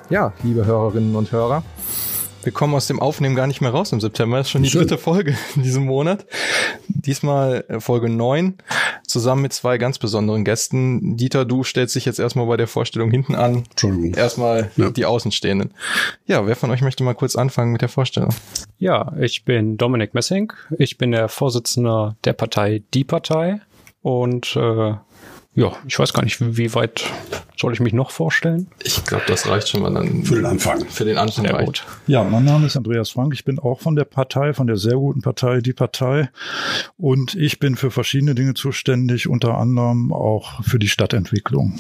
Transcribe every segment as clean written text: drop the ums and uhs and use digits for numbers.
Ja, liebe Hörerinnen und Hörer, wir kommen aus dem Aufnehmen gar nicht mehr raus im September. Das ist schon die dritte Folge in diesem Monat. Diesmal Folge 9, zusammen mit zwei ganz besonderen Gästen. Dieter, du stellst dich jetzt erstmal bei der Vorstellung hinten an. Entschuldigung. Erstmal die Außenstehenden. Ja, wer von euch möchte mal kurz anfangen mit der Vorstellung? Ja, ich bin Dominik Messing. Ich bin der Vorsitzende der Partei Die Partei. Und ich weiß gar nicht, wie weit soll ich mich noch vorstellen? Ich glaube, das reicht schon mal dann. Für den Anfang. Für den Anfang Sehr reicht. gut. Ja, mein Name ist Andreas Frank. Ich bin auch von der Partei, von der sehr guten Partei, Die Partei. Und ich bin für verschiedene Dinge zuständig, unter anderem auch für die Stadtentwicklung.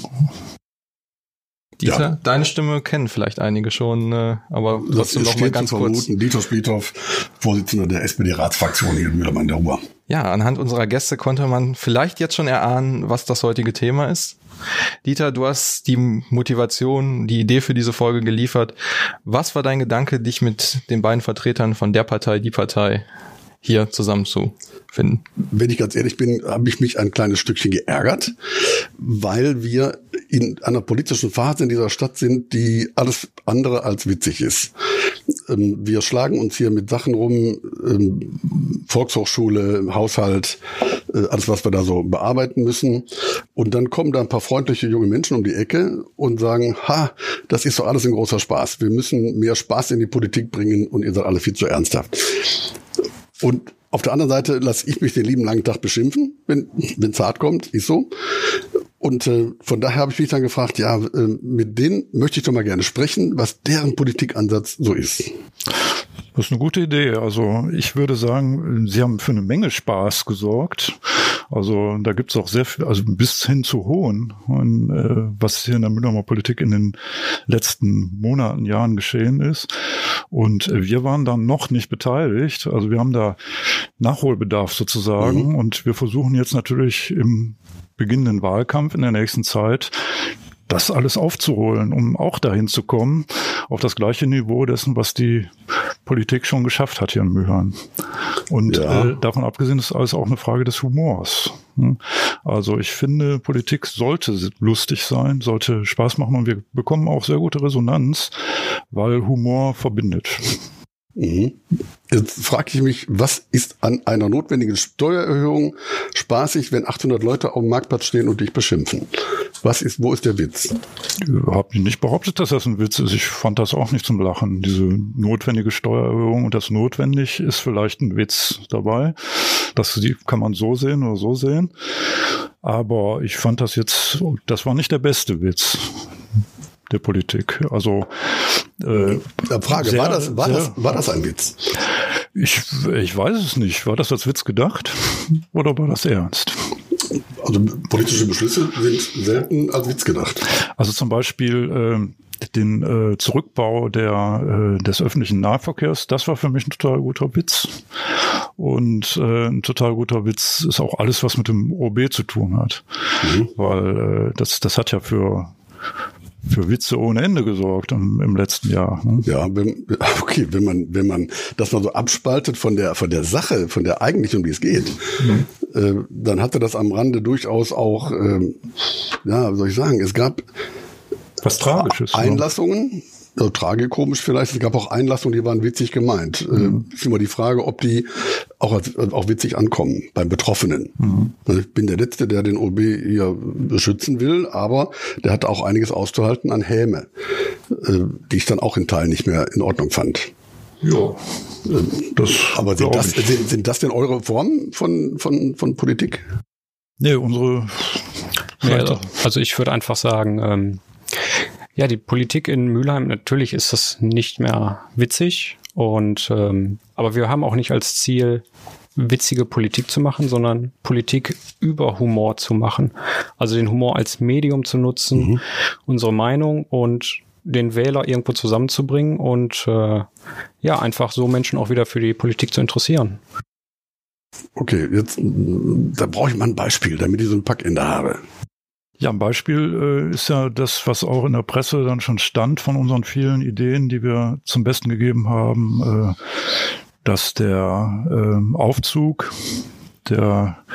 Dieter, deine Stimme kennen vielleicht einige schon, aber trotzdem noch mal ganz kurz. Dieter Splithoff, Vorsitzender der SPD-Ratsfraktion hier in Mülheim an der Ruhr. Ja, anhand unserer Gäste konnte man vielleicht jetzt schon erahnen, was das heutige Thema ist. Dieter, du hast die Motivation, die Idee für diese Folge geliefert. Was war dein Gedanke, dich mit den beiden Vertretern von der Partei, Die Partei, hier zusammenzufinden? Wenn ich ganz ehrlich bin, habe ich mich ein kleines Stückchen geärgert, weil wir in einer politischen Phase in dieser Stadt sind, die alles andere als witzig ist. Wir schlagen uns hier mit Sachen rum, Volkshochschule, Haushalt, alles, was wir da so bearbeiten müssen. Und dann kommen da ein paar freundliche junge Menschen um die Ecke und sagen, das ist doch alles ein großer Spaß. Wir müssen mehr Spaß in die Politik bringen und ihr seid alle viel zu ernsthaft. Und auf der anderen Seite lasse ich mich den lieben langen Tag beschimpfen, wenn es hart kommt, ist so. Und von daher habe ich mich dann gefragt, mit denen möchte ich doch mal gerne sprechen, was deren Politikansatz so ist. Das ist eine gute Idee. Also ich würde sagen, Sie haben für eine Menge Spaß gesorgt. Also da gibt es auch sehr viel, also bis hin zu Hohn, was hier in der Mülheimer Politik in den letzten Monaten, Jahren geschehen ist. Und wir waren da noch nicht beteiligt. Also wir haben da Nachholbedarf sozusagen. Und wir versuchen jetzt natürlich im beginnenden Wahlkampf in der nächsten Zeit das alles aufzuholen, um auch dahin zu kommen, auf das gleiche Niveau dessen, was die Politik schon geschafft hat hier in Mülheim. Und davon abgesehen ist alles auch eine Frage des Humors. Also ich finde, Politik sollte lustig sein, sollte Spaß machen und wir bekommen auch sehr gute Resonanz, weil Humor verbindet. Jetzt frage ich mich, was ist an einer notwendigen Steuererhöhung spaßig, wenn 800 Leute auf dem Marktplatz stehen und dich beschimpfen? Wo ist der Witz? Ich habe nicht behauptet, dass das ein Witz ist. Ich fand das auch nicht zum Lachen, diese notwendige Steuererhöhung. Und das notwendig ist vielleicht ein Witz dabei. Das kann man so sehen oder so sehen. Aber ich fand das war nicht der beste Witz der Politik. Also Frage, war das ein Witz? Ich weiß es nicht. War das als Witz gedacht oder war das ernst? Also politische Beschlüsse sind selten als Witz gedacht. Also zum Beispiel den Zurückbau des öffentlichen Nahverkehrs, das war für mich ein total guter Witz. Und ein total guter Witz ist auch alles, was mit dem OB zu tun hat. Weil das hat ja für Witze ohne Ende gesorgt im letzten Jahr. Ne? Ja, wenn man das mal so abspaltet von der Sache, von der eigentlich, um die es geht, dann hatte das am Rande durchaus auch, wie soll ich sagen, es gab was Tragisches. Einlassungen, also tragikomisch vielleicht, es gab auch Einlassungen, die waren witzig gemeint. Ist immer die Frage, ob die auch witzig ankommen beim Betroffenen. Ich bin der Letzte, der den OB hier beschützen will, aber der hat auch einiges auszuhalten an Häme, die ich dann auch in Teilen nicht mehr in Ordnung fand. Ja. Aber sind das denn eure Formen von Politik? Nee, unsere. Also ich würde einfach sagen, die Politik in Mülheim, natürlich ist das nicht mehr witzig aber wir haben auch nicht als Ziel, witzige Politik zu machen, sondern Politik über Humor zu machen. Also den Humor als Medium zu nutzen, unsere Meinung und den Wähler irgendwo zusammenzubringen und einfach so Menschen auch wieder für die Politik zu interessieren. Okay, da brauche ich mal ein Beispiel, damit ich so ein Packende habe. Ja, ein Beispiel ist ja das, was auch in der Presse dann schon stand von unseren vielen Ideen, die wir zum Besten gegeben haben, dass der Aufzug der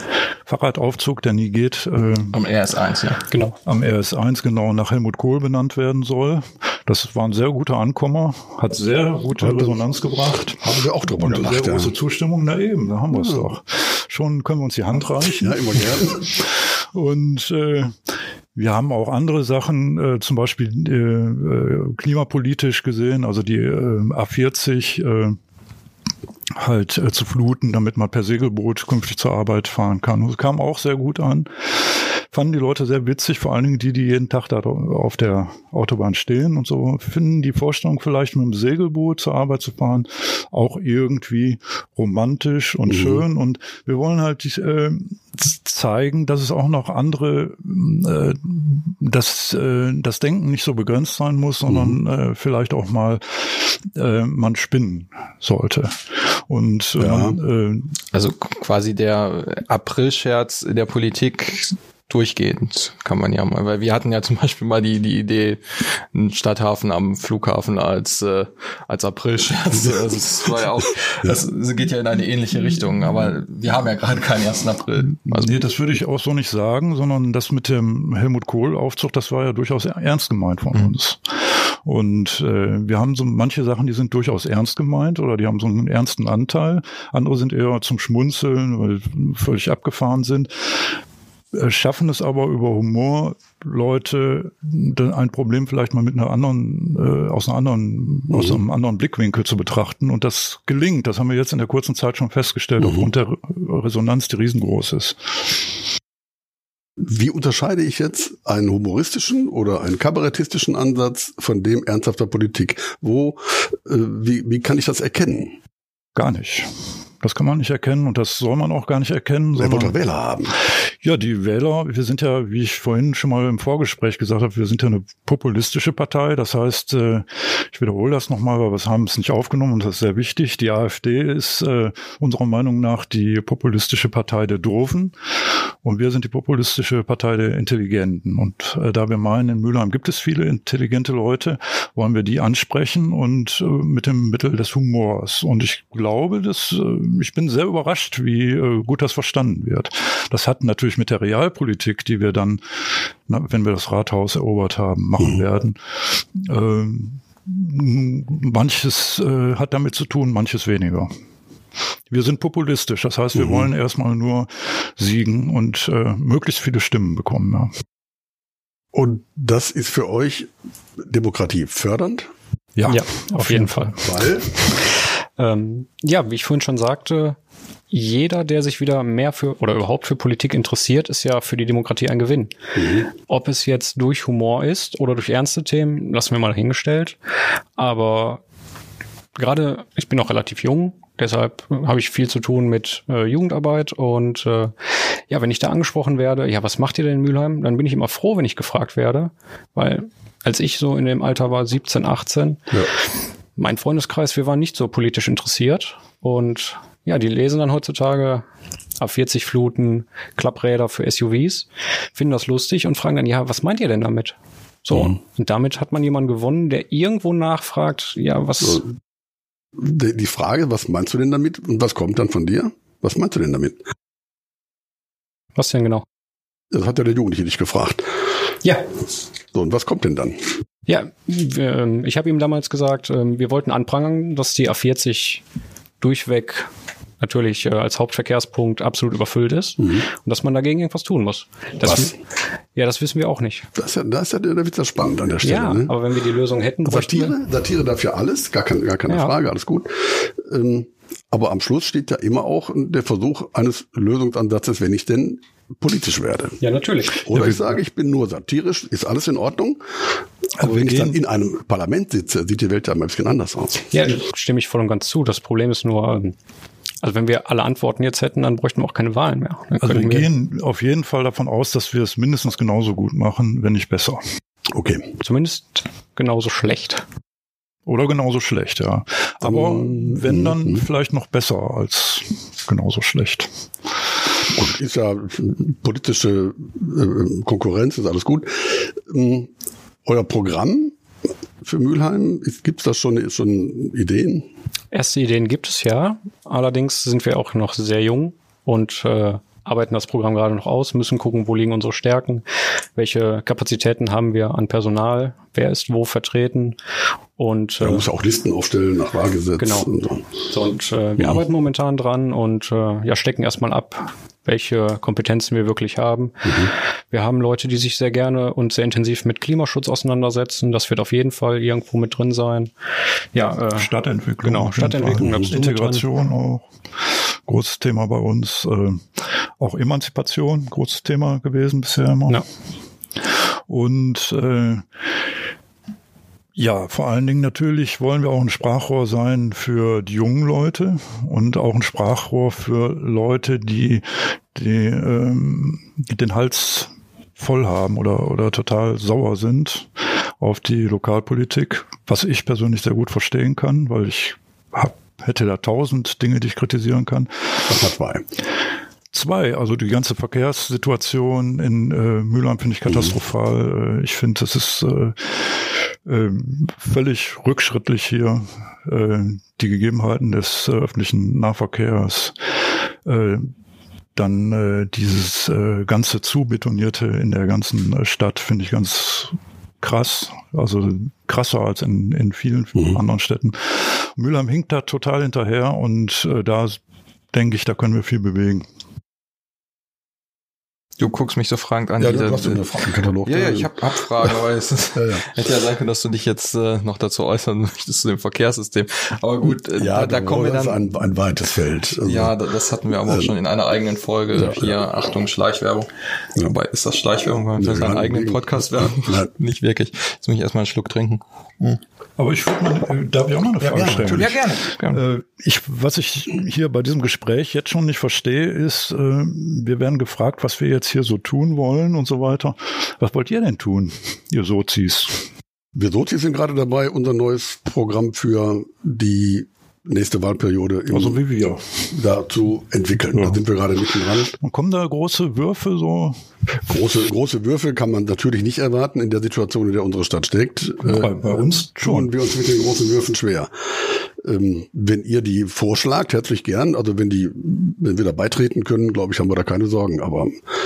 Fahrradaufzug, der nie geht. Am RS1, ja. Genau. Am RS1, genau, nach Helmut Kohl benannt werden soll. Das war ein sehr guter Ankommer, hat sehr gute Resonanz gebracht. Haben wir auch drüber und gelacht, sehr große Zustimmung. Na eben, da haben wir es doch. Schon können wir uns die Hand reichen. Ja, immer gerne. Und wir haben auch andere Sachen, zum Beispiel klimapolitisch gesehen, also die A40 halt zu fluten, damit man per Segelboot künftig zur Arbeit fahren kann. Das kam auch sehr gut an. Fanden die Leute sehr witzig, vor allen Dingen die jeden Tag da auf der Autobahn stehen und so, finden die Vorstellung vielleicht mit dem Segelboot zur Arbeit zu fahren auch irgendwie romantisch und schön. Und wir wollen halt zeigen, dass es auch noch andere, dass das Denken nicht so begrenzt sein muss, sondern vielleicht auch mal man spinnen sollte. Und also quasi der Aprilscherz der Politik durchgehend, kann man ja mal, weil wir hatten ja zum Beispiel mal die Idee, einen Stadthafen am Flughafen als Aprilscherz. Also das war ja auch, das geht ja in eine ähnliche Richtung, aber wir haben ja gerade keinen 1. April. Also nee, das würde ich auch so nicht sagen, sondern das mit dem Helmut Kohl-Aufzug, das war ja durchaus ernst gemeint von uns. Und wir haben so manche Sachen, die sind durchaus ernst gemeint oder die haben so einen ernsten Anteil. Andere sind eher zum Schmunzeln, weil völlig abgefahren sind. Schaffen es aber über Humor, Leute ein Problem vielleicht mal mit einer anderen, aus einem anderen Blickwinkel zu betrachten. Und das gelingt. Das haben wir jetzt in der kurzen Zeit schon festgestellt, aufgrund der Resonanz, die riesengroß ist. Wie unterscheide ich jetzt einen humoristischen oder einen kabarettistischen Ansatz von dem ernsthafter Politik? Wie kann ich das erkennen? Gar nicht. Das kann man nicht erkennen und das soll man auch gar nicht erkennen. Wer wird Wähler haben? Ja, die Wähler, wir sind ja, wie ich vorhin schon mal im Vorgespräch gesagt habe, wir sind ja eine populistische Partei. Das heißt, ich wiederhole das nochmal, weil wir haben es nicht aufgenommen und das ist sehr wichtig. Die AfD ist unserer Meinung nach die populistische Partei der Doofen und wir sind die populistische Partei der Intelligenten. Und da wir meinen, in Mülheim gibt es viele intelligente Leute, wollen wir die ansprechen und mit dem Mittel des Humors. Und ich glaube, ich bin sehr überrascht, wie gut das verstanden wird. Das hat natürlich mit der Realpolitik, die wir dann, wenn wir das Rathaus erobert haben, machen werden. Manches hat damit zu tun, manches weniger. Wir sind populistisch, das heißt, wir wollen erstmal nur siegen und möglichst viele Stimmen bekommen. Ja. Und das ist für euch Demokratie fördernd? Ja, auf jeden Fall. Weil? Wie ich vorhin schon sagte, jeder, der sich wieder mehr oder überhaupt für Politik interessiert, ist ja für die Demokratie ein Gewinn. Ob es jetzt durch Humor ist oder durch ernste Themen, lassen wir mal dahingestellt. Aber gerade, ich bin noch relativ jung, deshalb habe ich viel zu tun mit Jugendarbeit und wenn ich da angesprochen werde, was macht ihr denn in Mülheim? Dann bin ich immer froh, wenn ich gefragt werde, weil als ich so in dem Alter war, 17, 18, mein Freundeskreis, wir waren nicht so politisch interessiert und die lesen dann heutzutage A40 Fluten, Klappräder für SUVs, finden das lustig und fragen dann, was meint ihr denn damit? So, und damit hat man jemanden gewonnen, der irgendwo nachfragt, was... Die Frage, was meinst du denn damit und was kommt dann von dir? Was meinst du denn damit? Was denn genau? Das hat ja der Jugendliche dich gefragt. Ja. So, und was kommt denn dann? Ja, ich habe ihm damals gesagt, wir wollten anprangern, dass die A40 durchweg natürlich als Hauptverkehrspunkt absolut überfüllt ist und dass man dagegen irgendwas tun muss. Das wissen wir auch nicht. Da wird das spannend an der Stelle. Ja, aber wenn wir die Lösung hätten... Satire dafür alles, gar keine Frage, alles gut. Aber am Schluss steht ja immer auch der Versuch eines Lösungsansatzes, wenn ich denn politisch werde. Ja, natürlich. Oder ich sage, ich bin nur satirisch, ist alles in Ordnung. Aber wenn ich dann in einem Parlament sitze, sieht die Welt ja ein bisschen anders aus. Ja, stimme ich voll und ganz zu. Das Problem ist nur, also wenn wir alle Antworten jetzt hätten, dann bräuchten wir auch keine Wahlen mehr. Also wir gehen auf jeden Fall davon aus, dass wir es mindestens genauso gut machen, wenn nicht besser. Okay. Zumindest genauso schlecht. Oder genauso schlecht, ja. Aber wenn, dann vielleicht noch besser als genauso schlecht. Gut, ist ja politische Konkurrenz, ist alles gut. Euer Programm für Mülheim, gibt es da schon Ideen? Erste Ideen gibt es ja. Allerdings sind wir auch noch sehr jung und arbeiten das Programm gerade noch aus, müssen gucken, wo liegen unsere Stärken, welche Kapazitäten haben wir an Personal, wer ist wo vertreten und man muss ja auch Listen aufstellen nach Wahlgesetz. Genau. Und wir arbeiten momentan dran und stecken erstmal ab, welche Kompetenzen wir wirklich haben. Wir haben Leute, die sich sehr gerne und sehr intensiv mit Klimaschutz auseinandersetzen. Das wird auf jeden Fall irgendwo mit drin sein. Ja, Stadtentwicklung. Genau, Stadtentwicklung. Integration auch. Großes Thema bei uns. Auch Emanzipation, großes Thema gewesen bisher immer. Ja. Und vor allen Dingen natürlich wollen wir auch ein Sprachrohr sein für die jungen Leute und auch ein Sprachrohr für Leute, die den Hals voll haben oder total sauer sind auf die Lokalpolitik, was ich persönlich sehr gut verstehen kann, weil ich hätte da 1000 Dinge, die ich kritisieren kann. Das hat zwei. Also die ganze Verkehrssituation in Mülheim finde ich katastrophal. Ich finde, das ist völlig rückschrittlich hier, die Gegebenheiten des öffentlichen Nahverkehrs. Dann dieses ganze Zubetonierte in der ganzen Stadt finde ich ganz krass, also krasser als in vielen anderen Städten. Mülheim hinkt da total hinterher und da denke ich, da können wir viel bewegen. Du guckst mich so fragend an. Ja, du hast einen Fragenkatalog. Ja, ich hab Fragen, aber es hätte ja sein können, dass du dich jetzt noch dazu äußern möchtest zu dem Verkehrssystem. Aber gut, da kommen wir dann. Das ist ein weites Feld. Also, ja, das hatten wir aber auch schon in einer eigenen Folge. Hier, Achtung, Schleichwerbung. Ja. Wobei, ist das Schleichwerbung, weil wir einen eigenen Podcast werden? Nicht wirklich. Jetzt muss ich erstmal einen Schluck trinken. Aber ich würde darf ich auch noch eine Frage stellen? Ja, gerne. Was ich hier bei diesem Gespräch jetzt schon nicht verstehe, ist, wir werden gefragt, was wir jetzt hier so tun wollen und so weiter. Was wollt ihr denn tun, ihr Sozis? Wir Sozis sind gerade dabei, unser neues Programm für die nächste Wahlperiode da zu entwickeln. Ja. Da sind wir gerade mitten dran. Und kommen da große Würfe so? Große Würfe kann man natürlich nicht erwarten in der Situation, in der unsere Stadt steckt. Bei uns schon. Tun wir uns mit den großen Würfen schwer. Wenn ihr die vorschlagt, herzlich gern. Also wenn wir da beitreten können, glaube ich, haben wir da keine Sorgen. Aber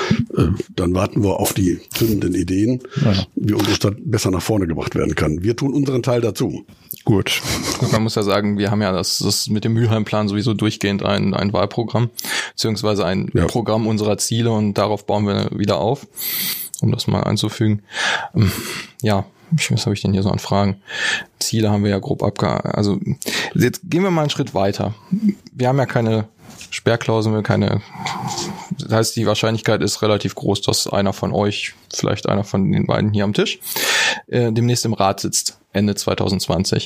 dann warten wir auf die zündenden Ideen, wie unsere Stadt besser nach vorne gebracht werden kann. Wir tun unseren Teil dazu. Gut, man muss ja sagen, wir haben ja das mit dem Mülheim-Plan sowieso durchgehend ein Wahlprogramm, beziehungsweise ein Programm unserer Ziele und darauf bauen wir wieder auf, um das mal einzufügen. Was habe ich denn hier so an Fragen? Ziele haben wir ja grob also jetzt gehen wir mal einen Schritt weiter. Wir haben ja keine Sperrklausel, das heißt, die Wahrscheinlichkeit ist relativ groß, dass einer von euch, vielleicht einer von den beiden hier am Tisch, demnächst im Rat sitzt, Ende 2020.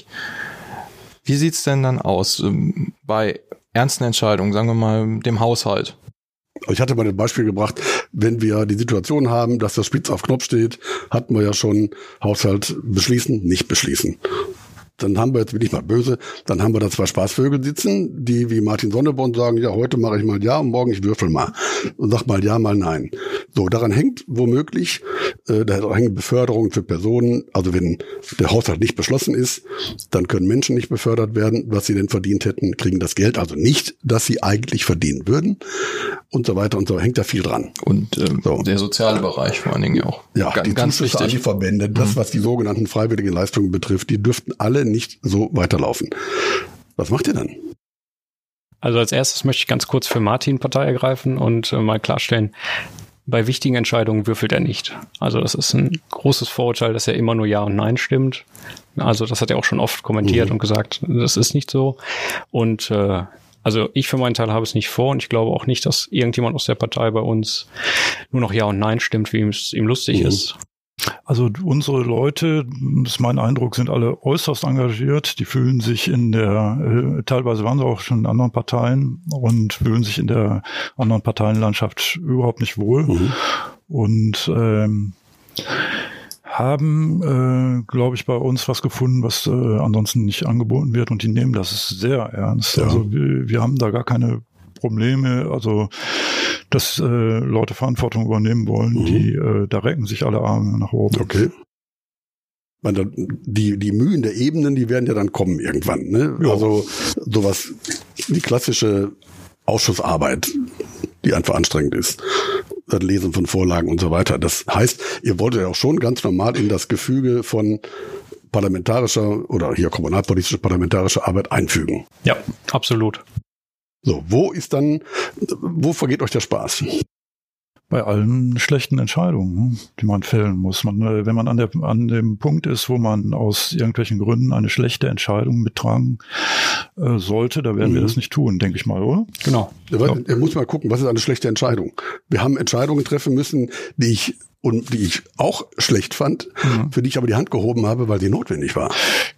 Wie sieht's denn dann aus bei ernsten Entscheidungen, sagen wir mal dem Haushalt? Ich hatte mal das Beispiel gebracht, wenn wir die Situation haben, dass das Spitz auf Knopf steht, hatten wir ja schon Haushalt beschließen, nicht beschließen. Dann haben wir, jetzt bin ich mal böse, dann haben wir da zwei Spaßvögel sitzen, die wie Martin Sonneborn sagen, ja, heute mache ich mal ja und morgen ich würfel mal. Und sag mal ja, mal nein. So, daran hängt womöglich, da hängen Beförderungen für Personen, also wenn der Haushalt nicht beschlossen ist, dann können Menschen nicht befördert werden, was sie denn verdient hätten, kriegen das Geld also nicht, das sie eigentlich verdienen würden und so weiter und so, hängt da viel dran. Und der soziale Bereich vor allen Dingen auch. Ja, die ganz Zuschüsse an die Verbände, das, was die sogenannten freiwilligen Leistungen betrifft, die dürften alle nicht so weiterlaufen. Was macht ihr dann? Also als erstes möchte ich ganz kurz für Martin Partei ergreifen und mal klarstellen, bei wichtigen Entscheidungen würfelt er nicht. Also das ist ein großes Vorurteil, dass er immer nur Ja und Nein stimmt. Also das hat er auch schon oft kommentiert und gesagt, das ist nicht so. Und also ich für meinen Teil habe es nicht vor und ich glaube auch nicht, dass irgendjemand aus der Partei bei uns nur noch Ja und Nein stimmt, wie es ihm lustig ist. Also unsere Leute, das ist mein Eindruck, sind alle äußerst engagiert. Die fühlen sich teilweise waren sie auch schon in anderen Parteien und fühlen sich in der anderen Parteienlandschaft überhaupt nicht wohl. Und haben, glaube ich, bei uns was gefunden, was ansonsten nicht angeboten wird und die nehmen das sehr ernst. Ja. Also wir haben da gar keine Probleme, also dass Leute Verantwortung übernehmen wollen, da recken sich alle Arme nach oben. Okay. Die Mühen der Ebenen, die werden ja dann kommen irgendwann. Ne? Ja. Also sowas, die klassische Ausschussarbeit, die einfach anstrengend ist. Das Lesen von Vorlagen und so weiter. Das heißt, ihr wolltet ja auch schon ganz normal in das Gefüge von parlamentarischer oder hier kommunalpolitische parlamentarische Arbeit einfügen. Ja, absolut. So, wo vergeht euch der Spaß? Bei allen schlechten Entscheidungen, die man fällen muss. Wenn man an dem Punkt ist, wo man aus irgendwelchen Gründen eine schlechte Entscheidung mittragen sollte, da werden wir das nicht tun, denke ich mal, oder? Genau. Er muss mal gucken, was ist eine schlechte Entscheidung? Wir haben Entscheidungen treffen müssen, die ich auch schlecht fand, für die ich aber die Hand gehoben habe, weil sie notwendig war.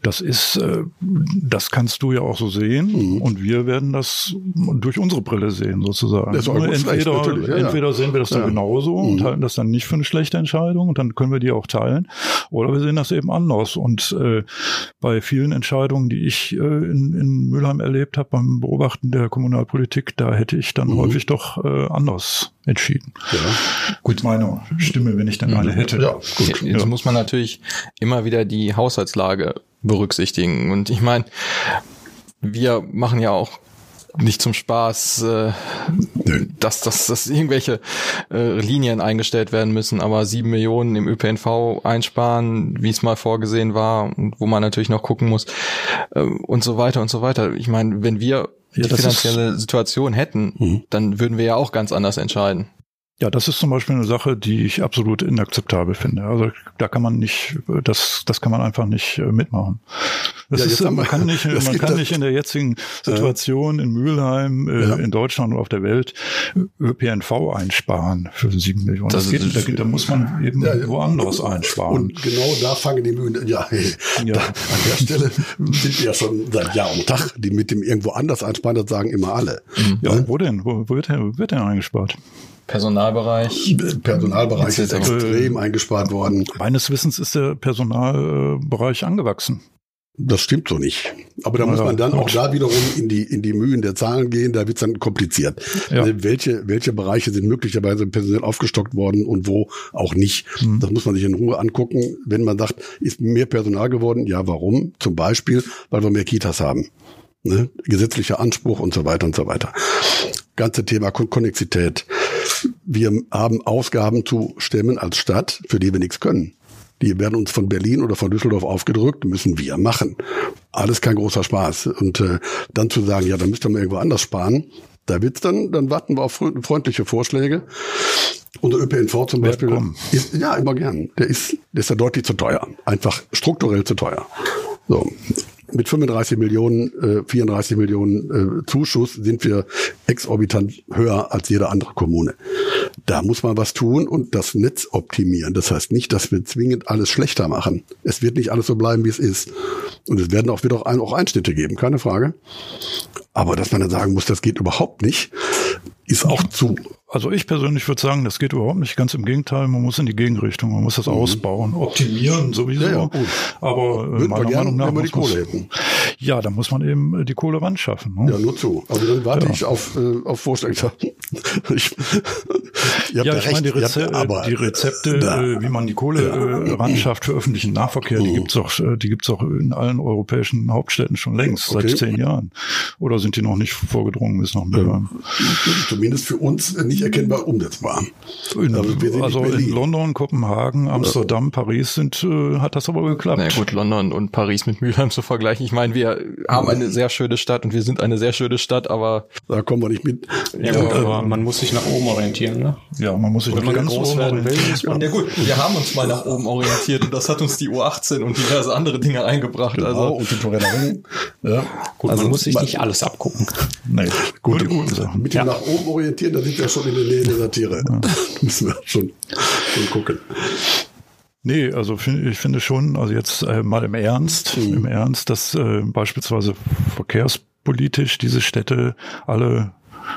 Das kannst du ja auch so sehen und wir werden das durch unsere Brille sehen, sozusagen. Das ist auch entweder sehen wir das dann genauso und halten das dann nicht für eine schlechte Entscheidung und dann können wir die auch teilen, oder wir sehen das eben anders. Und bei vielen Entscheidungen, die ich in Mülheim erlebt habe, beim Beobachten der Kommunalpolitik, da hätte ich dann häufig doch anders entschieden. Ja. Gut, meine Stimme, wenn ich dann eine hätte. Ja, gut. Jetzt muss man natürlich immer wieder die Haushaltslage berücksichtigen. Und ich meine, wir machen ja auch nicht zum Spaß, dass irgendwelche Linien eingestellt werden müssen, aber 7 Millionen im ÖPNV einsparen, wie es mal vorgesehen war, und wo man natürlich noch gucken muss und so weiter und so weiter. Ich meine, wenn wir die finanzielle Situation hätten, dann würden wir ja auch ganz anders entscheiden. Ja, das ist zum Beispiel eine Sache, die ich absolut inakzeptabel finde. Also da kann man nicht, das kann man einfach nicht mitmachen. Man kann nicht in der jetzigen Situation in Mülheim, in Deutschland und auf der Welt ÖPNV einsparen für 7 Millionen. Da muss man eben woanders einsparen. Und genau da fangen die Mühen. An der Stelle sind wir ja schon seit Jahr und Tag, die mit dem irgendwo anders einsparen, das sagen immer alle. Ja, wo denn? Wo wird denn eingespart? Personalbereich ist extrem eingespart worden. Meines Wissens ist der Personalbereich angewachsen. Das stimmt so nicht. Aber da muss man dann auch da wiederum in die Mühen der Zahlen gehen, da wird's dann kompliziert. Ja. Also welche Bereiche sind möglicherweise personell aufgestockt worden und wo auch nicht. Das muss man sich in Ruhe angucken. Wenn man sagt, ist mehr Personal geworden? Ja, warum? Zum Beispiel, weil wir mehr Kitas haben. Ne? Gesetzlicher Anspruch und so weiter und so weiter. Ganze Thema Konnexität. Wir haben Ausgaben zu stemmen als Stadt, für die wir nichts können. Die werden uns von Berlin oder von Düsseldorf aufgedrückt, müssen wir machen. Alles kein großer Spaß. Und dann zu sagen, ja, dann müsst ihr mal irgendwo anders sparen, da wird's dann warten wir auf freundliche Vorschläge. Unser ÖPNV zum Beispiel ist, ja, immer gern. Der ist ja deutlich zu teuer. Einfach strukturell zu teuer. So. Mit 34 Millionen, 34 Millionen Zuschuss sind wir exorbitant höher als jede andere Kommune. Da muss man was tun und das Netz optimieren. Das heißt nicht, dass wir zwingend alles schlechter machen. Es wird nicht alles so bleiben, wie es ist. Und es wird auch Einschnitte geben, keine Frage. Aber dass man dann sagen muss, das geht überhaupt nicht, ist auch zu. Also ich persönlich würde sagen, das geht überhaupt nicht. Ganz im Gegenteil, man muss in die Gegenrichtung, man muss das ausbauen, optimieren sowieso. Ja, gut. Aber meiner Meinung nach, wenn wir die Kohle hätten. Ja, dann muss man eben die Kohle ran schaffen. Ne? Ja, nur zu. Also dann warte ich auf Vorschläge. Ich meine, die Rezepte, wie man die Kohle ran schafft für öffentlichen Nahverkehr, die gibt's auch in allen europäischen Hauptstädten schon längst, seit 10 Jahren. Oder sind die noch nicht vorgedrungen bis nach Mülheim? Zumindest für uns nicht erkennbar umsetzbar. Also in London, Kopenhagen, Amsterdam, Paris hat das aber geklappt. Na gut, London und Paris mit Mülheim zu vergleichen. Ich meine, wir haben eine sehr schöne Stadt und wir sind eine sehr schöne Stadt, aber da kommen wir nicht mit. Ja, aber man muss sich nach oben orientieren, ne? Ja, man muss sich nach ganz groß werden will. Ja gut, wir haben uns mal nach oben orientiert und das hat uns die U18 und diverse andere Dinge eingebracht. Genau, also und die Torellerie. Ja. Gut, also man muss sich nicht alles abgucken. Nee, gute Sachen. Mit dem nach oben orientieren, da sind wir schon in der Nähe der Satire. Ja. Da müssen wir schon gucken. Nee, also ich finde schon, also jetzt mal im Ernst, dass beispielsweise verkehrspolitisch diese Städte alle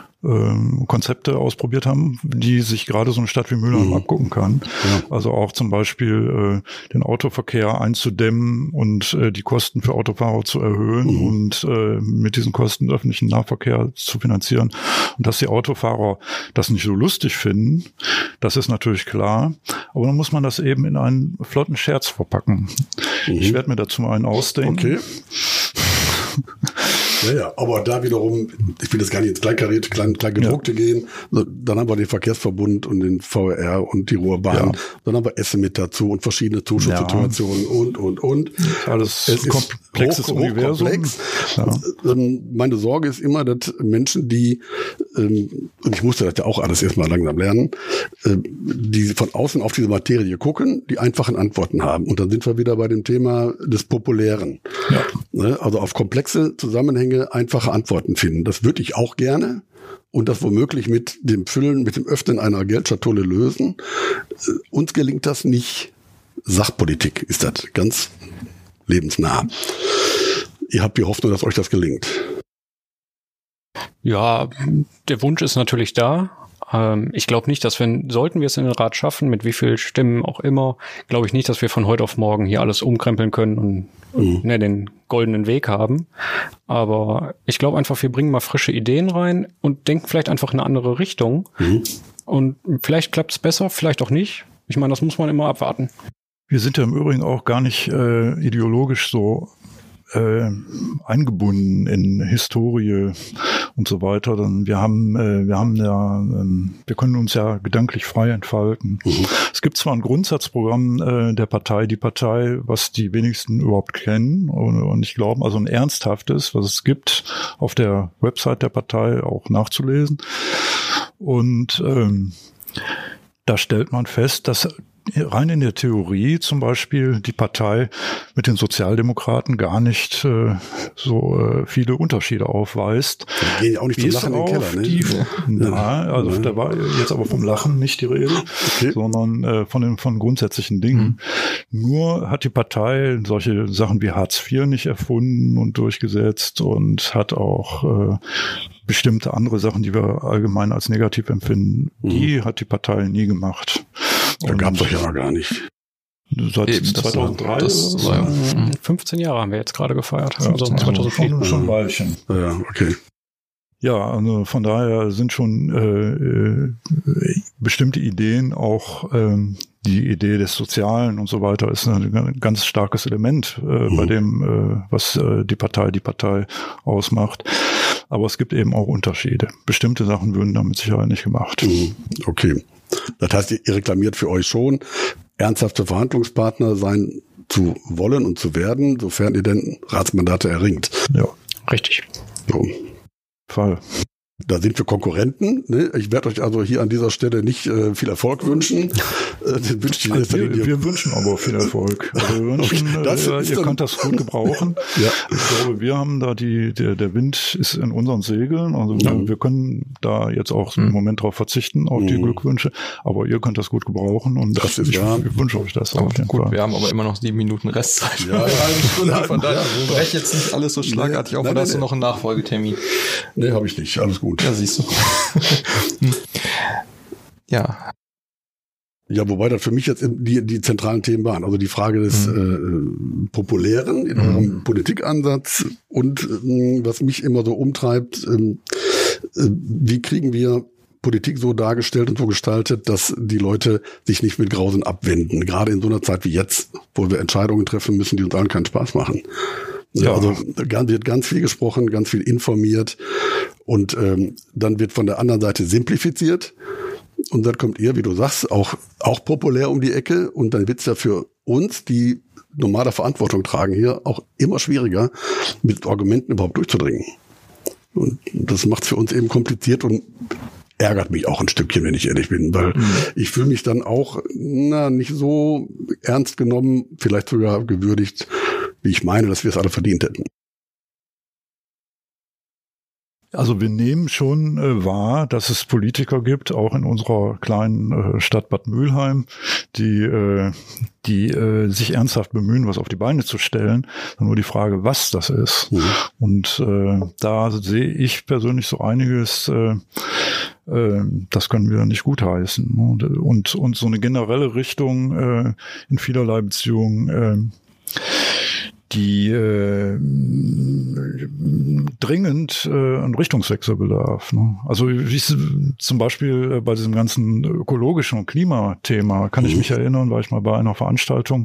Konzepte ausprobiert haben, die sich gerade so eine Stadt wie Mülheim abgucken kann. Ja. Also auch zum Beispiel den Autoverkehr einzudämmen und die Kosten für Autofahrer zu erhöhen und mit diesen Kosten öffentlichen Nahverkehr zu finanzieren. Und dass die Autofahrer das nicht so lustig finden, das ist natürlich klar. Aber dann muss man das eben in einen flotten Scherz verpacken. Ich werde mir dazu mal einen ausdenken. Okay. Ja, aber da wiederum, ich will jetzt gar nicht ins Kleingedruckte gehen, dann haben wir den Verkehrsverbund und den VR und die Ruhrbahn, dann haben wir Essen mit dazu und verschiedene Zuschusssituationen und. Alles es komplexes Universum. Hochkomplex. Ja. Meine Sorge ist immer, dass Menschen, die, und ich musste das ja auch alles erstmal langsam lernen, die von außen auf diese Materie gucken, die einfachen Antworten haben. Und dann sind wir wieder bei dem Thema des Populären. Ja. Also auf komplexe Zusammenhänge einfache Antworten finden. Das würde ich auch gerne. Und das womöglich mit dem Füllen, mit dem Öffnen einer Geldschatulle lösen. Uns gelingt das nicht. Sachpolitik ist das ganz lebensnah. Ihr habt die Hoffnung, dass euch das gelingt. Ja, der Wunsch ist natürlich da. Ich glaube nicht, dass sollten wir es in den Rat schaffen, mit wie viel Stimmen auch immer, glaube ich nicht, dass wir von heute auf morgen hier alles umkrempeln können und den goldenen Weg haben. Aber ich glaube einfach, wir bringen mal frische Ideen rein und denken vielleicht einfach in eine andere Richtung. Und vielleicht klappt es besser, vielleicht auch nicht. Ich meine, das muss man immer abwarten. Wir sind ja im Übrigen auch gar nicht ideologisch so eingebunden in Historie und so weiter. Wir können uns ja gedanklich frei entfalten. Es gibt zwar ein Grundsatzprogramm der Partei, die Partei, was die wenigsten überhaupt kennen und ich glaube, also ein ernsthaftes, was es gibt, auf der Website der Partei auch nachzulesen. Und da stellt man fest, dass rein in der Theorie zum Beispiel die Partei mit den Sozialdemokraten gar nicht so viele Unterschiede aufweist. Die gehen ja auch nicht zum Lachen in den Keller, ne? Also da war jetzt aber vom Lachen nicht die Rede, sondern von grundsätzlichen Dingen. Nur hat die Partei solche Sachen wie Hartz IV nicht erfunden und durchgesetzt und hat auch bestimmte andere Sachen, die wir allgemein als negativ empfinden, die hat die Partei nie gemacht. Da gab es doch ja noch gar nicht. Seit 2003? Das war 15 Jahre haben wir jetzt gerade gefeiert. Also 2004. Schon ein Weilchen. Ja, okay. Ja, also von daher sind schon bestimmte Ideen, auch die Idee des Sozialen und so weiter ist ein ganz starkes Element bei dem, was die Partei ausmacht. Aber es gibt eben auch Unterschiede. Bestimmte Sachen würden da mit Sicherheit nicht gemacht. Okay. Das heißt, ihr reklamiert für euch schon, ernsthafte Verhandlungspartner sein zu wollen und zu werden, sofern ihr denn Ratsmandate erringt. Ja, richtig. So. Fall. Da sind wir Konkurrenten. Ne? Ich werde euch also hier an dieser Stelle nicht viel Erfolg wünschen. Wir wünschen aber viel Erfolg. Also wir wünschen, ihr könnt das gut gebrauchen. Ja. Ich glaube, wir haben da der Wind ist in unseren Segeln. Also wir können da jetzt auch im Moment drauf verzichten, auf die Glückwünsche. Aber ihr könnt das gut gebrauchen und ich wünsche euch das auf jeden Fall. Wir haben aber immer noch 7 Minuten Restzeit. Ja, von daher brech jetzt nicht alles so schlagartig auf, oder hast du noch einen Nachfolgetermin? Nee, habe ich nicht. Alles gut. Ja, siehst du. Ja. Ja, wobei das für mich jetzt die zentralen Themen waren. Also die Frage des Populären in eurem Politikansatz und was mich immer so umtreibt, wie kriegen wir Politik so dargestellt und so gestaltet, dass die Leute sich nicht mit Grausen abwenden. Gerade in so einer Zeit wie jetzt, wo wir Entscheidungen treffen müssen, die uns allen keinen Spaß machen. Ja. Also wird ganz viel gesprochen, ganz viel informiert und dann wird von der anderen Seite simplifiziert und dann kommt ihr, wie du sagst, auch populär um die Ecke und dann wird es ja für uns, die normale Verantwortung tragen hier, auch immer schwieriger, mit Argumenten überhaupt durchzudringen. Und das macht es für uns eben kompliziert und ärgert mich auch ein Stückchen, wenn ich ehrlich bin, weil ich fühle mich dann auch nicht so ernst genommen, vielleicht sogar gewürdigt, wie ich meine, dass wir es alle verdient hätten. Also wir nehmen schon wahr, dass es Politiker gibt, auch in unserer kleinen Stadt Bad Mülheim, die sich ernsthaft bemühen, was auf die Beine zu stellen. Nur die Frage, was das ist. Und da sehe ich persönlich so einiges, das können wir nicht gutheißen. Und so eine generelle Richtung in vielerlei Beziehungen, die dringend einen Richtungswechsel bedarf. Ne? Also wie zum Beispiel bei diesem ganzen ökologischen und Klimathema kann ich mich erinnern, war ich mal bei einer Veranstaltung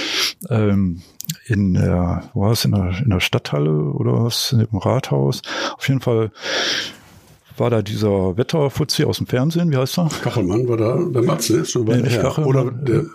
in der Stadthalle oder was, im Rathaus. Auf jeden Fall war da dieser Wetterfuzzi aus dem Fernsehen, wie heißt er? Kachelmann war da, der Matz, ne? Schon bei nicht Kachelmann. Oder der,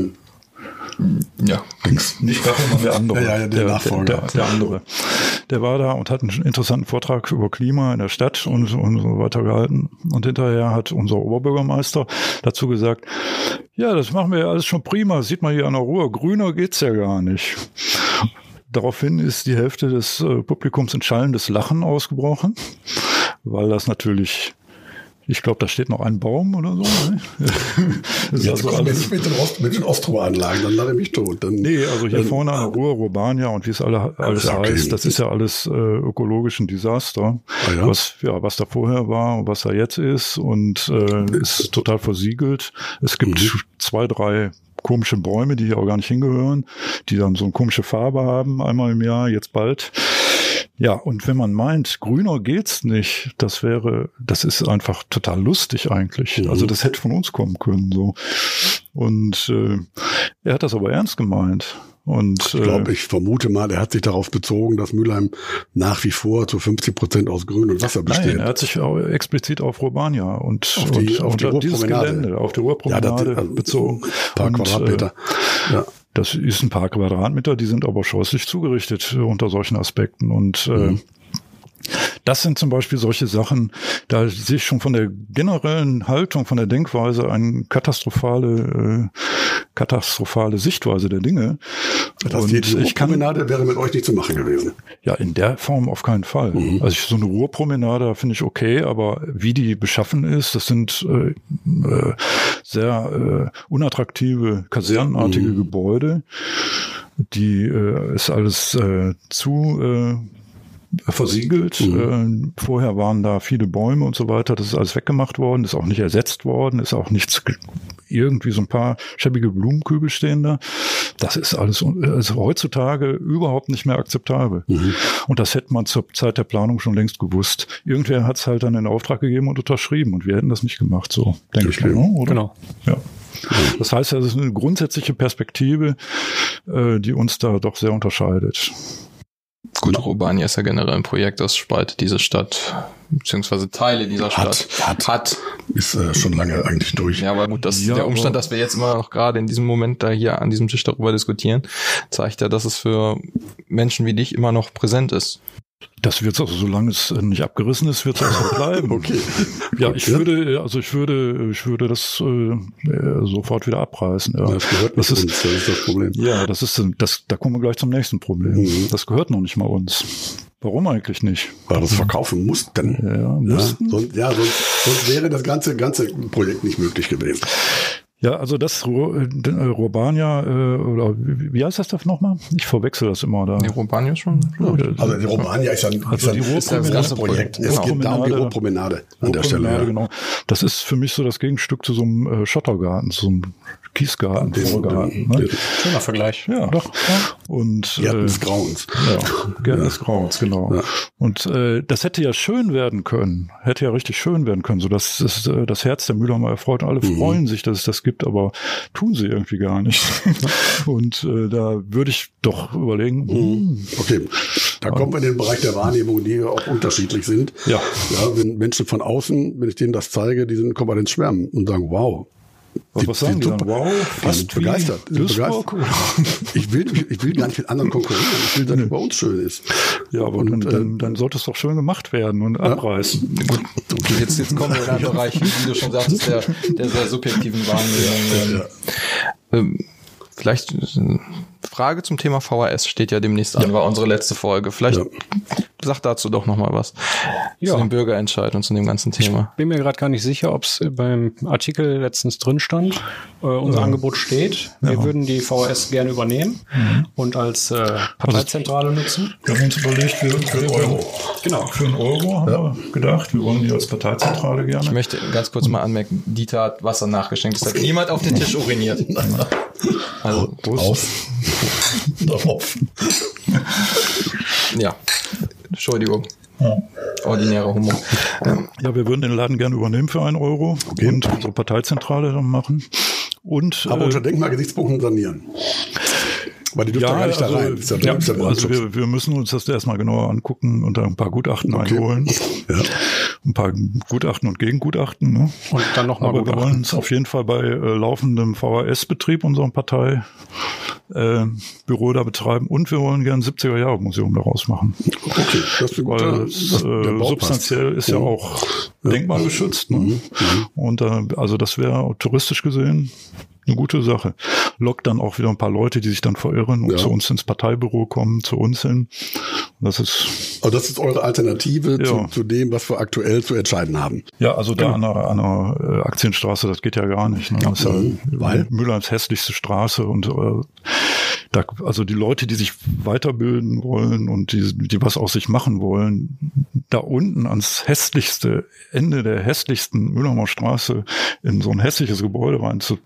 ja, nicht Kachelmann, der andere. Ja, der Nachfolger. Der andere. Der war da und hat einen interessanten Vortrag über Klima in der Stadt und so weiter gehalten. Und hinterher hat unser Oberbürgermeister dazu gesagt, ja, das machen wir ja alles schon prima, sieht man hier an der Ruhr, grüner geht's ja gar nicht. Daraufhin ist die Hälfte des Publikums in schallendes Lachen ausgebrochen, weil das natürlich, ich glaube, da steht noch ein Baum oder so. Ne? Jetzt also kommen wir nicht mit den Ostroanlagen, dann lache ich mich tot. Nee, also hier vorne an der Ruhr, Urbania und wie es alles heißt, das ist ja alles ökologisch ein Desaster, was da vorher war und was da jetzt ist und ist total versiegelt. Es gibt 2, 3 komische Bäume, die hier auch gar nicht hingehören, die dann so eine komische Farbe haben, einmal im Jahr, jetzt bald. Ja, und wenn man meint, grüner geht's nicht, das ist einfach total lustig eigentlich. Also das hätte von uns kommen können, so. Und er hat das aber ernst gemeint. Und ich vermute mal, er hat sich darauf bezogen, dass Mülheim nach wie vor zu 50% aus Grün und Wasser besteht. Nein, er hat sich auch explizit auf Urbania und auf dieses Gelände, auf die Ruhrpromenade bezogen. Ein paar Quadratmeter. Ja. Das ist ein paar Quadratmeter, die sind aber scheußlich zugerichtet unter solchen Aspekten. Und das sind zum Beispiel solche Sachen, da sehe ich schon von der generellen Haltung, von der Denkweise eine katastrophale Sichtweise der Dinge. Die Ruhrpromenade wäre mit euch nicht zu machen gewesen. Ja, in der Form auf keinen Fall. Also so eine Ruhrpromenade finde ich okay, aber wie die beschaffen ist, das sind sehr unattraktive, kasernenartige Gebäude. Die ist alles zu versiegelt. Vorher waren da viele Bäume und so weiter. Das ist alles weggemacht worden, ist auch nicht ersetzt worden, ist auch nichts, irgendwie so ein paar schäbige Blumenkübel stehen da. Das ist alles heutzutage überhaupt nicht mehr akzeptabel. Und das hätte man zur Zeit der Planung schon längst gewusst. Irgendwer hat es halt dann in Auftrag gegeben und unterschrieben und wir hätten das nicht gemacht, so denke ich mal, oder? Genau. Ja. Das heißt, das ist eine grundsätzliche Perspektive, die uns da doch sehr unterscheidet. Gut, Urbania ist ja generell ein Projekt, das spaltet diese Stadt, beziehungsweise Teile dieser Stadt. Hat. Ist schon lange eigentlich durch. Ja, aber gut, der Umstand, dass wir jetzt immer noch gerade in diesem Moment da hier an diesem Tisch darüber diskutieren, zeigt ja, dass es für Menschen wie dich immer noch präsent ist. Das wird es also, solange es nicht abgerissen ist, wird es auch bleiben. Okay. Ja, ich würde das sofort wieder abreißen. Ja. Das gehört nicht uns, das ist das Problem. Ja, da kommen wir gleich zum nächsten Problem. Das gehört noch nicht mal uns. Warum eigentlich nicht? Weil wir es verkaufen mussten. Ja, mussten. Sonst wäre das ganze Projekt nicht möglich gewesen. Ja, also das Urbania, oder wie heißt das da nochmal? Ich verwechsel das immer da. Die Urbania schon? Also die Urbania ist ein ganzes Projekt. Es geht da um die Ruhrpromenade an der Stelle. Ja. Genau. Das ist für mich so das Gegenstück zu so einem Schottergarten, zu so einem Kiesgarten, Vorgarten. Ne? Schöner Vergleich. Ja, doch. Und Gärten des Grauens. Ja, Gärten des Grauens, genau. Ja. Und das hätte ja schön werden können. Hätte ja richtig schön werden können, so dass es das Herz der Mülheimer erfreut. Und alle freuen sich, dass es das gibt, aber tun sie irgendwie gar nicht. Und da würde ich doch überlegen. Okay, da kommen wir in den Bereich der Wahrnehmung, die auch unterschiedlich sind. Ja, wenn Menschen von außen, wenn ich denen das zeige, die kommen halt ins Schwärmen und sagen, wow. Was sagen die dann? Wow, fast begeistert. Ich will gar nicht mit anderen konkurrieren. Ich will, dass es bei uns schön ist. Ja, aber dann sollte es doch schön gemacht werden und abreißen. Gut, jetzt kommen wir in einen Bereich, wie du schon sagtest, der sehr subjektiven Wahrnehmung. Vielleicht Frage zum Thema VHS steht ja demnächst an, war unsere letzte Folge. Vielleicht sag dazu doch nochmal was zu dem Bürgerentscheid und zu dem ganzen Thema. Ich bin mir gerade gar nicht sicher, ob es beim Artikel letztens drin stand. Unser Angebot steht. Wir würden die VHS gerne übernehmen und als Parteizentrale nutzen. Wir haben uns überlegt, für einen Euro. Genau. Für einen Euro haben wir gedacht, wir wollen die als Parteizentrale gerne. Ich möchte ganz kurz mal anmerken, Dieter hat Wasser nachgeschenkt. Es hat niemand auf den Tisch uriniert. Also, auf. Ja, Entschuldigung. Ordinärer Humor. Ja, wir würden den Laden gerne übernehmen für 1 Euro und unsere Parteizentrale dann machen. Und, aber unter Denkmalgesichtspunkten sanieren. Weil die dürfen ja gar nicht da rein. Also wir müssen uns das erstmal genauer angucken und da ein paar Gutachten einholen. Ja. Ein paar Gutachten und Gegengutachten. Ne? Und dann nochmal Aber wir wollen es auf jeden Fall bei laufendem VHS-Betrieb unserer Partei Büro da betreiben und wir wollen gerne ein 70er-Jahre-Museum daraus machen. Okay, das ist gut. Weil substanziell ist ja auch denkmalgeschützt. Ne? Und also das wäre touristisch gesehen eine gute Sache. Lockt dann auch wieder ein paar Leute, die sich dann verirren und zu uns ins Parteibüro kommen, zu uns hin. Das ist eure Alternative zu dem, was wir aktuell zu entscheiden haben. Ja, also da an der Aktienstraße, das geht ja gar nicht. Ne? Das ist ja Mülheims hässlichste Straße und also die Leute, die sich weiterbilden wollen und die was aus sich machen wollen, da unten ans hässlichste Ende der hässlichsten Mülheimer Straße in so ein hässliches Gebäude reinzupacken.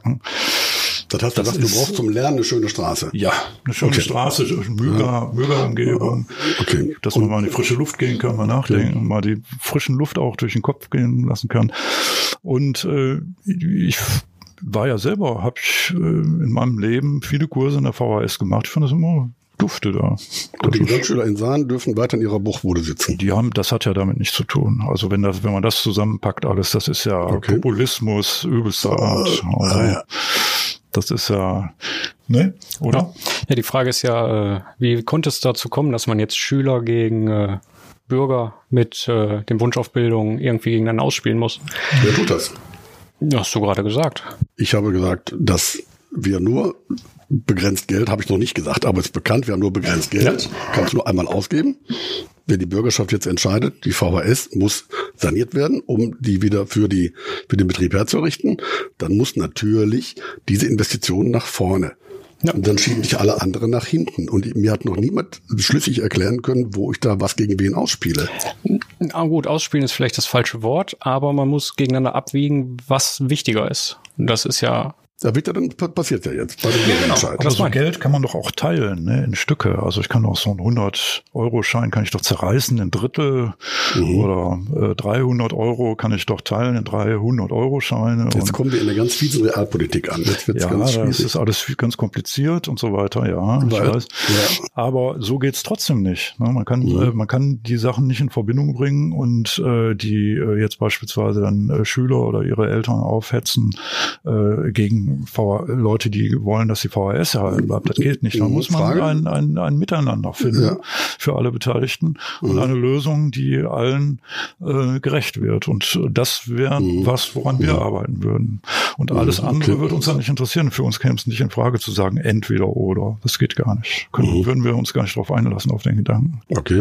Das heißt, du brauchst zum Lernen eine schöne Straße. Ja, eine schöne Straße, Müger-Umgebung. Okay. Dass man mal in die frische Luft gehen kann, mal nachdenken, mal die frischen Luft auch durch den Kopf gehen lassen kann. Und ich war ja selber, habe ich in meinem Leben viele Kurse in der VHS gemacht. Ich fand das immer dufte da. Und die Gesamtschüler in Sahn dürfen weiter in ihrer Buchbude sitzen. Das hat ja damit nichts zu tun. Also wenn man das zusammenpackt alles, das ist ja Populismus übelster Art. Also, das ist ja, ne? Oder? Ja, die Frage ist ja, wie konnte es dazu kommen, dass man jetzt Schüler gegen Bürger mit dem Wunsch auf Bildung irgendwie gegeneinander ausspielen muss? Wer tut das? Ja, hast du gerade gesagt. Ich habe gesagt, dass wir nur begrenzt Geld, habe ich noch nicht gesagt, aber es ist bekannt, wir haben nur begrenzt Geld, kannst du nur einmal ausgeben. Wenn die Bürgerschaft jetzt entscheidet, die VHS muss saniert werden, um die wieder für den Betrieb herzurichten, dann muss natürlich diese Investition nach vorne. Ja. Und dann schieben sich alle anderen nach hinten. Und mir hat noch niemand schlüssig erklären können, wo ich da was gegen wen ausspiele. Na gut, ausspielen ist vielleicht das falsche Wort, aber man muss gegeneinander abwiegen, was wichtiger ist. Und das ist ja... Da wird ja dann passiert ja jetzt bei dem Aber so Geld kann man doch auch teilen, ne, in Stücke. Also ich kann doch so einen 100-Euro-Schein kann ich doch zerreißen in Drittel oder 300 Euro kann ich doch teilen in 300-Euro-Scheine. Jetzt kommen wir in eine ganz fiese Realpolitik an. Jetzt wird's ganz schwierig. Das ist alles ganz kompliziert und so weiter. Ja, ich weiß. Ja. Aber so geht's trotzdem nicht. Ne? Man kann die Sachen nicht in Verbindung bringen und die jetzt beispielsweise dann Schüler oder ihre Eltern aufhetzen gegen Leute, die wollen, dass die VHS erhalten bleibt. Das geht nicht. Da muss man ein Miteinander finden für alle Beteiligten und eine Lösung, die allen gerecht wird. Und das wäre was, woran wir arbeiten würden. Und alles andere würde uns dann nicht interessieren. Für uns käme es nicht in Frage zu sagen, entweder oder. Das geht gar nicht. Würden wir uns gar nicht darauf einlassen, auf den Gedanken. Okay.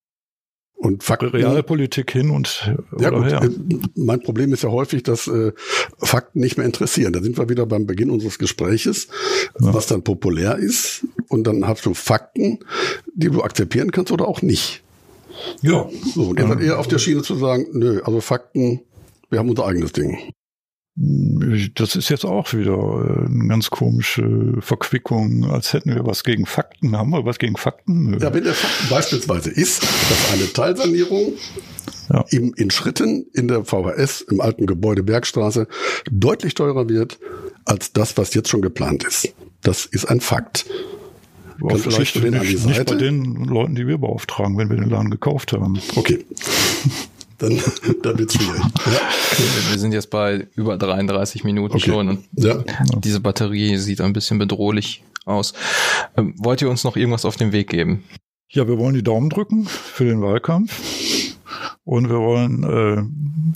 Und Fakten, Realpolitik hin und her. Mein Problem ist ja häufig, dass Fakten nicht mehr interessieren. Da sind wir wieder beim Beginn unseres Gespräches, was dann populär ist. Und dann hast du Fakten, die du akzeptieren kannst oder auch nicht. Ja. So, und ihr seid eher auf der Schiene zu sagen, nö, also Fakten, wir haben unser eigenes Ding. Das ist jetzt auch wieder eine ganz komische Verquickung, als hätten wir was gegen Fakten. Haben wir was gegen Fakten? Ja, wenn der Fakt beispielsweise ist, dass eine Teilsanierung in Schritten in der VHS im alten Gebäude Bergstraße deutlich teurer wird als das, was jetzt schon geplant ist. Das ist ein Fakt. Aber vielleicht nicht bei den Leuten, die wir beauftragen, wenn wir den Laden gekauft haben. Okay. Dann wird's schwierig. Ja. Wir sind jetzt bei über 33 Minuten schon und diese Batterie sieht ein bisschen bedrohlich aus. Wollt ihr uns noch irgendwas auf den Weg geben? Ja, wir wollen die Daumen drücken für den Wahlkampf und wir wollen,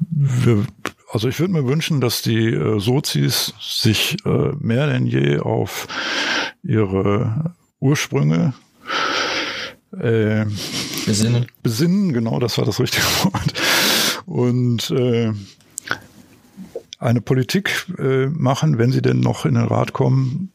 also ich würde mir wünschen, dass die Sozis sich mehr denn je auf ihre Ursprünge Besinnen, genau, das war das richtige Wort. Und eine Politik machen, wenn sie denn noch in den Rat kommen,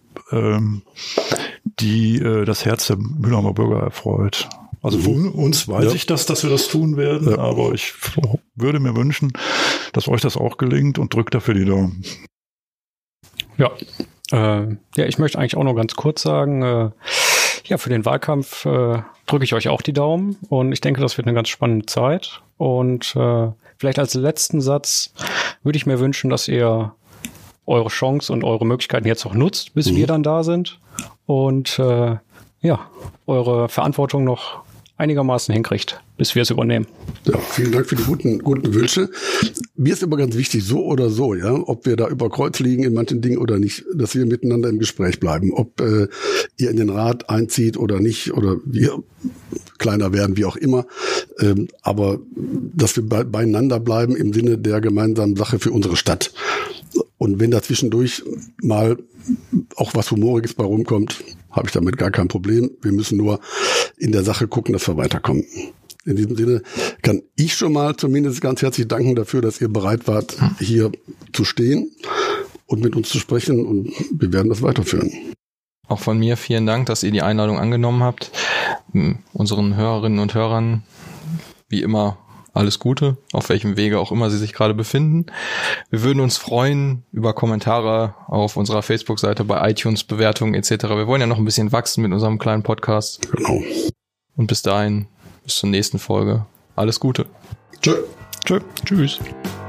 die das Herz der Mülheimer Bürger erfreut. Also für uns weiß ich dass wir das tun werden, aber ich würde mir wünschen, dass euch das auch gelingt und drückt dafür die Daumen. Ja, ich möchte eigentlich auch noch ganz kurz sagen, Ja, für den Wahlkampf drücke ich euch auch die Daumen und ich denke, das wird eine ganz spannende Zeit. Und vielleicht als letzten Satz würde ich mir wünschen, dass ihr eure Chance und eure Möglichkeiten jetzt auch nutzt, bis wir dann da sind und eure Verantwortung noch einigermaßen hinkriegt, bis wir es übernehmen. Ja, vielen Dank für die guten Wünsche. Mir ist immer ganz wichtig, so oder so, ja, ob wir da über Kreuz liegen in manchen Dingen oder nicht, dass wir miteinander im Gespräch bleiben, ob ihr in den Rat einzieht oder nicht oder wir kleiner werden, wie auch immer, aber dass wir beieinander bleiben im Sinne der gemeinsamen Sache für unsere Stadt. Und wenn da zwischendurch mal auch was Humoriges bei rumkommt, habe ich damit gar kein Problem. Wir müssen nur in der Sache gucken, dass wir weiterkommen. In diesem Sinne kann ich schon mal zumindest ganz herzlich danken dafür, dass ihr bereit wart, hier zu stehen und mit uns zu sprechen. Und wir werden das weiterführen. Auch von mir vielen Dank, dass ihr die Einladung angenommen habt. Unseren Hörerinnen und Hörern wie immer alles Gute, auf welchem Wege auch immer sie sich gerade befinden. Wir würden uns freuen über Kommentare auf unserer Facebook-Seite, bei iTunes, Bewertungen etc. Wir wollen ja noch ein bisschen wachsen mit unserem kleinen Podcast. Genau. Und bis dahin, bis zur nächsten Folge. Alles Gute. Tschö. Tschüss.